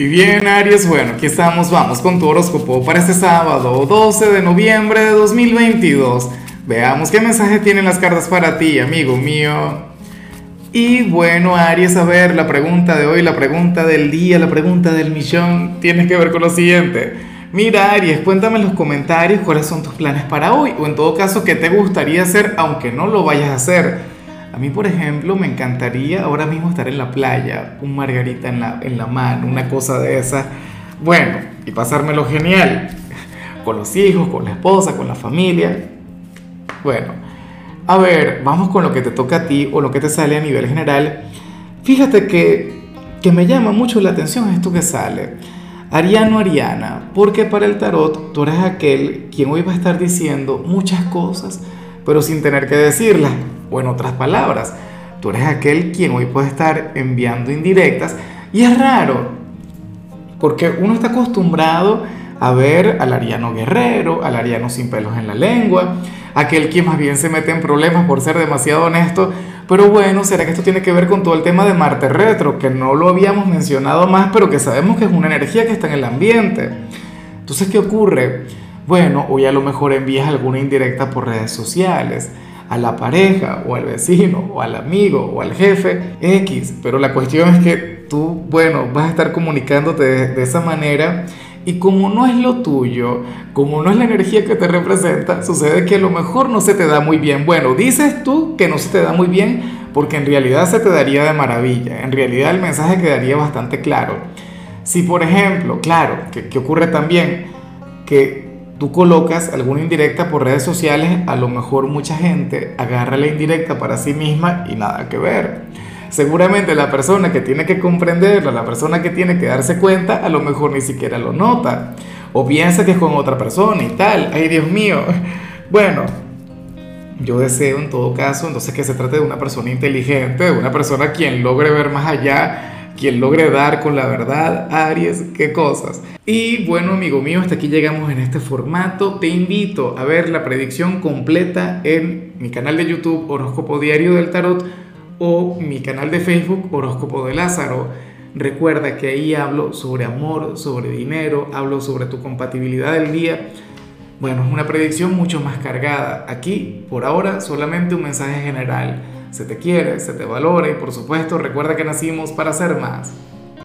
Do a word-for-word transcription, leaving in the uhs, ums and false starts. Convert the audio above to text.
Y bien, Aries, bueno, aquí estamos, vamos con tu horóscopo para este sábado, doce de noviembre de dos mil veintidós. Veamos qué mensaje tienen las cartas para ti, amigo mío. Y bueno, Aries, a ver, la pregunta de hoy, la pregunta del día, la pregunta del millón, tiene que ver con lo siguiente. Mira, Aries, cuéntame en los comentarios cuáles son tus planes para hoy, o en todo caso, qué te gustaría hacer, aunque no lo vayas a hacer. A mí, por ejemplo, me encantaría ahora mismo estar en la playa, un margarita en la, en la mano, una cosa de esas. Bueno, y pasármelo genial, con los hijos, con la esposa, con la familia. Bueno, a ver, vamos con lo que te toca a ti o lo que te sale a nivel general. Fíjate que, que me llama mucho la atención esto que sale. Ariano, Ariana, porque para el tarot tú eres aquel quien hoy va a estar diciendo muchas cosas, pero sin tener que decirlas. O en otras palabras, tú eres aquel quien hoy puede estar enviando indirectas. Y es raro, porque uno está acostumbrado a ver al ariano guerrero, al ariano sin pelos en la lengua, aquel quien más bien se mete en problemas por ser demasiado honesto. Pero bueno, ¿será que esto tiene que ver con todo el tema de Marte retro, que no lo habíamos mencionado más, pero que sabemos que es una energía que está en el ambiente? Entonces, ¿qué ocurre? Bueno, hoy a lo mejor envías alguna indirecta por redes sociales, a la pareja, o al vecino, o al amigo, o al jefe, X. Pero la cuestión es que tú, bueno, vas a estar comunicándote de, de esa manera. Y como no es lo tuyo, como no es la energía que te representa, sucede que a lo mejor no se te da muy bien. Bueno, dices tú que no se te da muy bien porque en realidad se te daría de maravilla. En realidad el mensaje quedaría bastante claro. Si por ejemplo, claro, que, que ocurre también que tú colocas alguna indirecta por redes sociales, a lo mejor mucha gente agarra la indirecta para sí misma y nada que ver. Seguramente la persona que tiene que comprenderla, la persona que tiene que darse cuenta, a lo mejor ni siquiera lo nota. O piensa que es con otra persona y tal. Ay, Dios mío. Bueno, yo deseo en todo caso entonces que se trate de una persona inteligente, de una persona quien logre ver más allá, quien logre dar con la verdad. Aries, qué cosas. Y bueno, amigo mío, hasta aquí llegamos en este formato. Te invito a ver la predicción completa en mi canal de YouTube Horóscopo Diario del Tarot o mi canal de Facebook Horóscopo de Lázaro. Recuerda que ahí hablo sobre amor, sobre dinero, hablo sobre tu compatibilidad del día. Bueno, es una predicción mucho más cargada. Aquí, por ahora, solamente un mensaje general. Se te quiere, se te valora y por supuesto recuerda que nacimos para ser más.